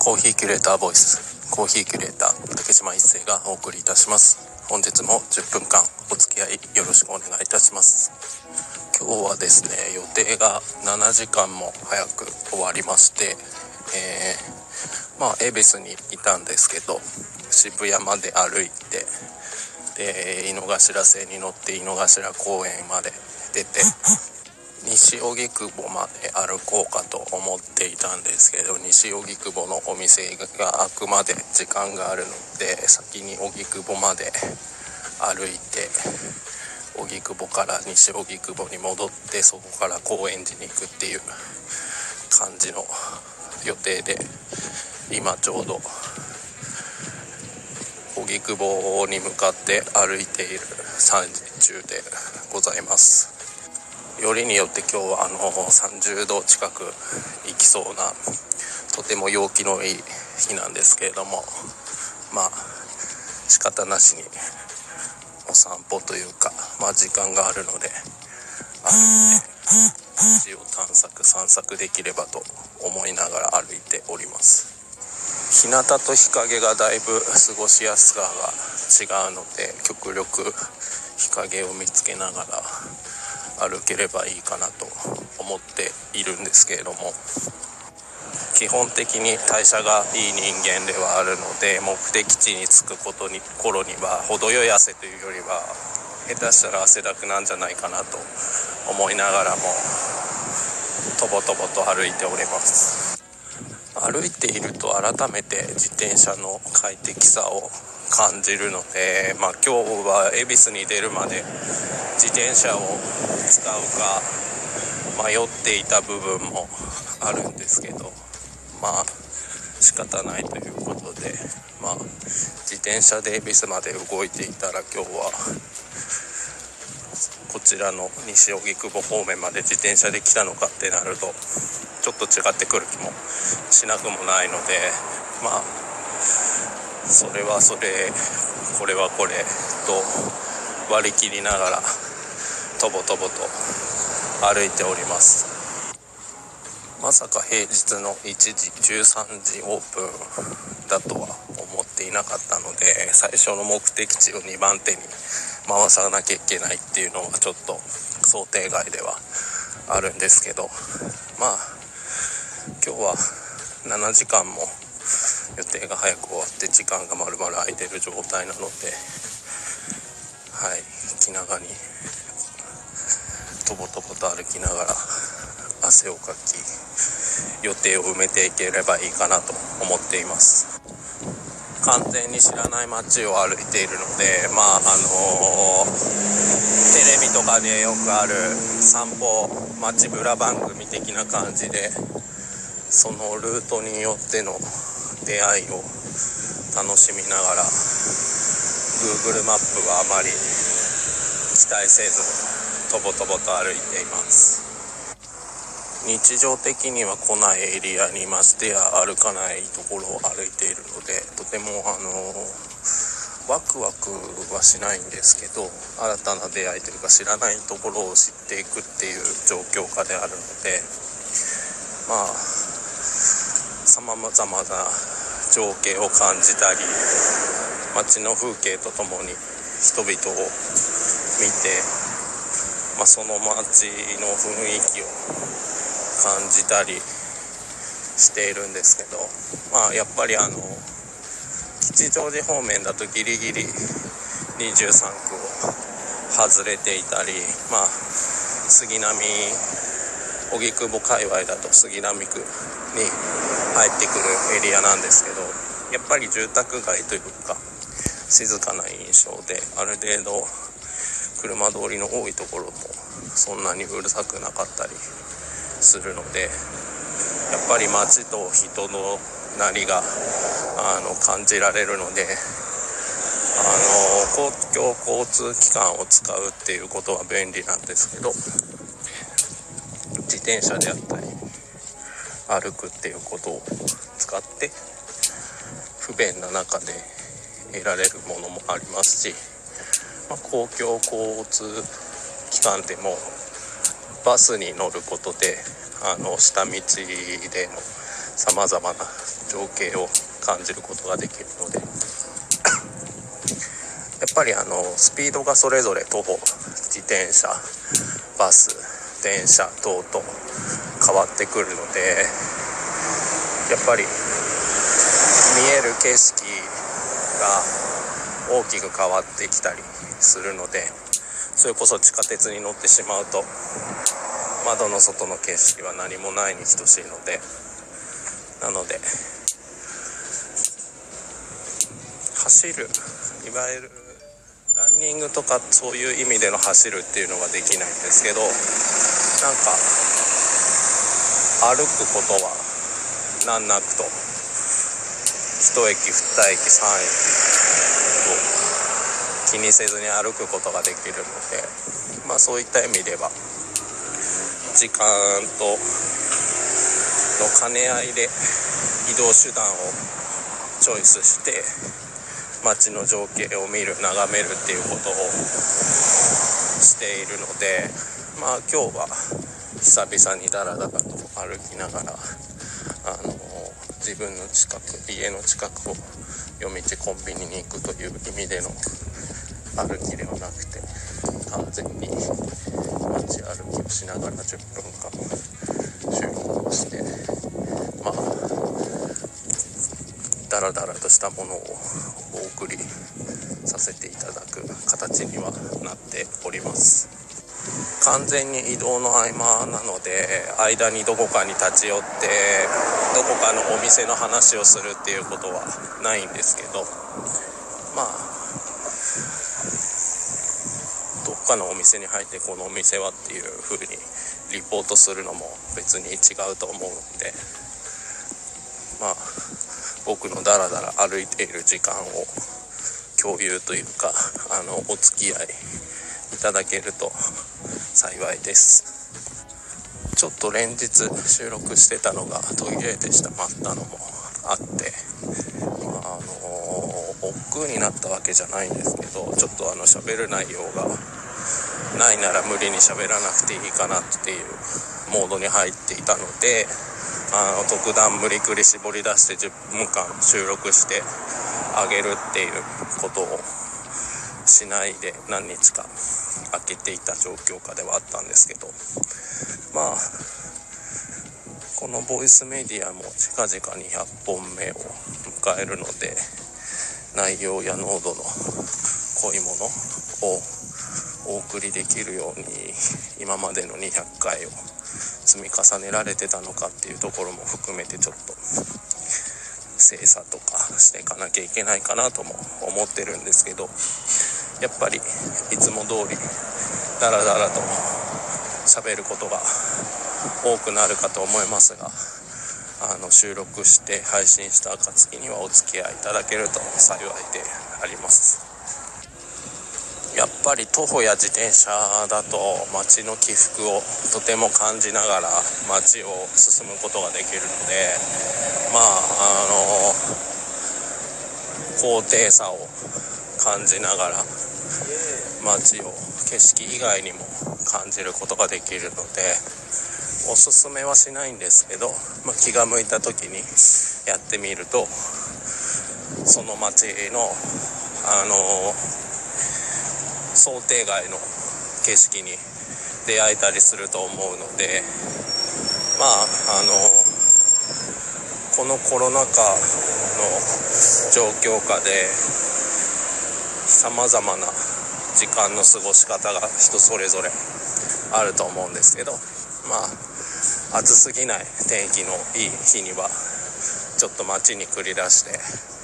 コーヒーキュレーターボイス、コーヒーキュレーター竹島一生がお送りいたします。本日も10分間お付き合いよろしくお願いいたします。今日はですね、予定が7時間も早く終わりまして、恵比寿にいたんですけど、渋谷まで歩いて、で井の頭線に乗って井の頭公園まで出て西荻窪まで歩こうかと思っていたんですけど、西荻窪のお店が開くまで時間があるので、先に荻窪まで歩いて荻窪から西荻窪に戻って、そこから高円寺に行くっていう感じの予定で、今ちょうど荻窪に向かって歩いている最中でございます。よりによって今日は30度近く行きそうな、とても陽気のいい日なんですけれども、仕方なしにお散歩というか、時間があるので歩いて街を散策できればと思いながら歩いております。日向と日陰がだいぶ過ごしやすさが違うので、極力日陰を見つけながら歩ければいいかなと思っているんですけれども、基本的に代謝がいい人間ではあるので、目的地に着く頃には程よい汗というよりは下手したら汗だくなんじゃないかなと思いながらもとぼとぼと歩いております。歩いていると改めて自転車の快適さを感じるので、今日は恵比寿に出るまで自転車を使うか迷っていた部分もあるんですけど、仕方ないということで、自転車で恵比寿まで動いていたら、今日はこちらの西荻窪方面まで自転車で来たのかってなるとちょっと違ってくる気もしなくもないので、それはそれ、これはこれと割り切りながらとぼとぼと歩いております。まさか平日の1時13時オープンだとは思っていなかったので、最初の目的地を2番手に回さなきゃいけないっていうのはちょっと想定外ではあるんですけど、今日は7時間も予定が早く終わって時間が丸々空いてる状態なので、気長にとぼとぼと歩きながら汗をかき、予定を埋めていければいいかなと思っています。完全に知らない街を歩いているので、テレビとかでよくある散歩街ブラ番組的な感じで、そのルートによっての出会いを楽しみながら Google マップはあまり期待せずとぼとぼと歩いています。日常的には来ないエリアにましてや歩かないところを歩いているので、とてもワクワクはしないんですけど、新たな出会いというか知らないところを知っていくっていう状況下であるので、様々な情景を感じたり、街の風景とともに人々を見て、その街の雰囲気を感じたりしているんですけど、やっぱり吉祥寺方面だとギリギリ23区を外れていたり、杉並荻窪界隈だと杉並区に入ってくるエリアなんですけど、やっぱり住宅街というか静かな印象で、ある程度車通りの多いところもそんなにうるさくなかったりするので、やっぱり街と人のなりが感じられるので、公共交通機関を使うっていうことは便利なんですけど、自転車であったり歩くっていうことを使って不便な中で得られるものもありますし、公共交通機関でもバスに乗ることで下道でのさまざまな情景を感じることができるので、やっぱりスピードがそれぞれ徒歩、自転車、バス、電車等々変わってくるので、やっぱり見える景色が大きく変わってきたりするので、それこそ地下鉄に乗ってしまうと窓の外の景色は何もないに等しいので、なので走る、いわゆるランニングとかそういう意味での走るっていうのができないんですけど、なんか歩くことは難なくと1駅2駅3駅と気にせずに歩くことができるので、そういった意味では時間との兼ね合いで移動手段をチョイスして街の情景を見る、眺めるっていうことをしているので、今日は久々にダラダラと歩きながら自分の近く、家の近くを夜道コンビニに行くという意味での歩きではなくて、完全に街歩きをしながら10分間収録をしてダラダラとしたものをお送りさせていただく形にはなっております。完全に移動の合間なので、間にどこかに立ち寄ってどこかのお店の話をするっていうことはないんですけど、どっかのお店に入ってこのお店はっていう風にリポートするのも別に違うと思うので、僕のダラダラ歩いている時間を共有というかお付き合いいただけると幸いです。ちょっと連日収録してたのが途切れてしまったのもあって億劫になったわけじゃないんですけど、ちょっと喋る内容がないなら無理に喋らなくていいかなっていうモードに入っていたので、特段無理くり絞り出して10分間収録してあげるっていうことをしないで何日か空けていた状況下ではあったんですけど、このボイスメディアも近々に100本目を迎えるので、内容や濃度の濃いものをお送りできるように今までの200回を積み重ねられてたのかっていうところも含めて、ちょっと精査とかしていかなきゃいけないかなとも思ってるんですけど、やっぱりいつも通りダラダラと喋ることが多くなるかと思いますが、収録して配信した暁にはお付き合いいただけると幸いであります。やっぱり徒歩や自転車だと街の起伏をとても感じながら街を進むことができるので、高低差を感じながら街を景色以外にも感じることができるので、おすすめはしないんですけど、気が向いた時にやってみるとその街の想定外の景色に出会えたりすると思うので、このコロナ禍の状況下で様々な時間の過ごし方が人それぞれあると思うんですけど、暑すぎない天気のいい日にはちょっと街に繰り出して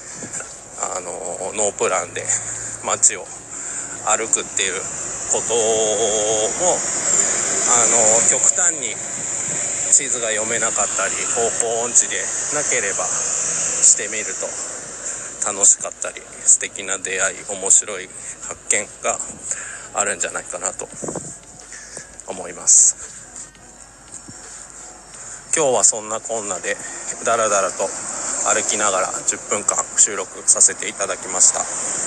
ノープランで街を歩くっていうことも極端に地図が読めなかったり方向音痴でなければしてみると楽しかったり素敵な出会い、面白い発見があるんじゃないかなと思います。今日はそんなこんなでだらだらと歩きながら10分間収録させていただきました。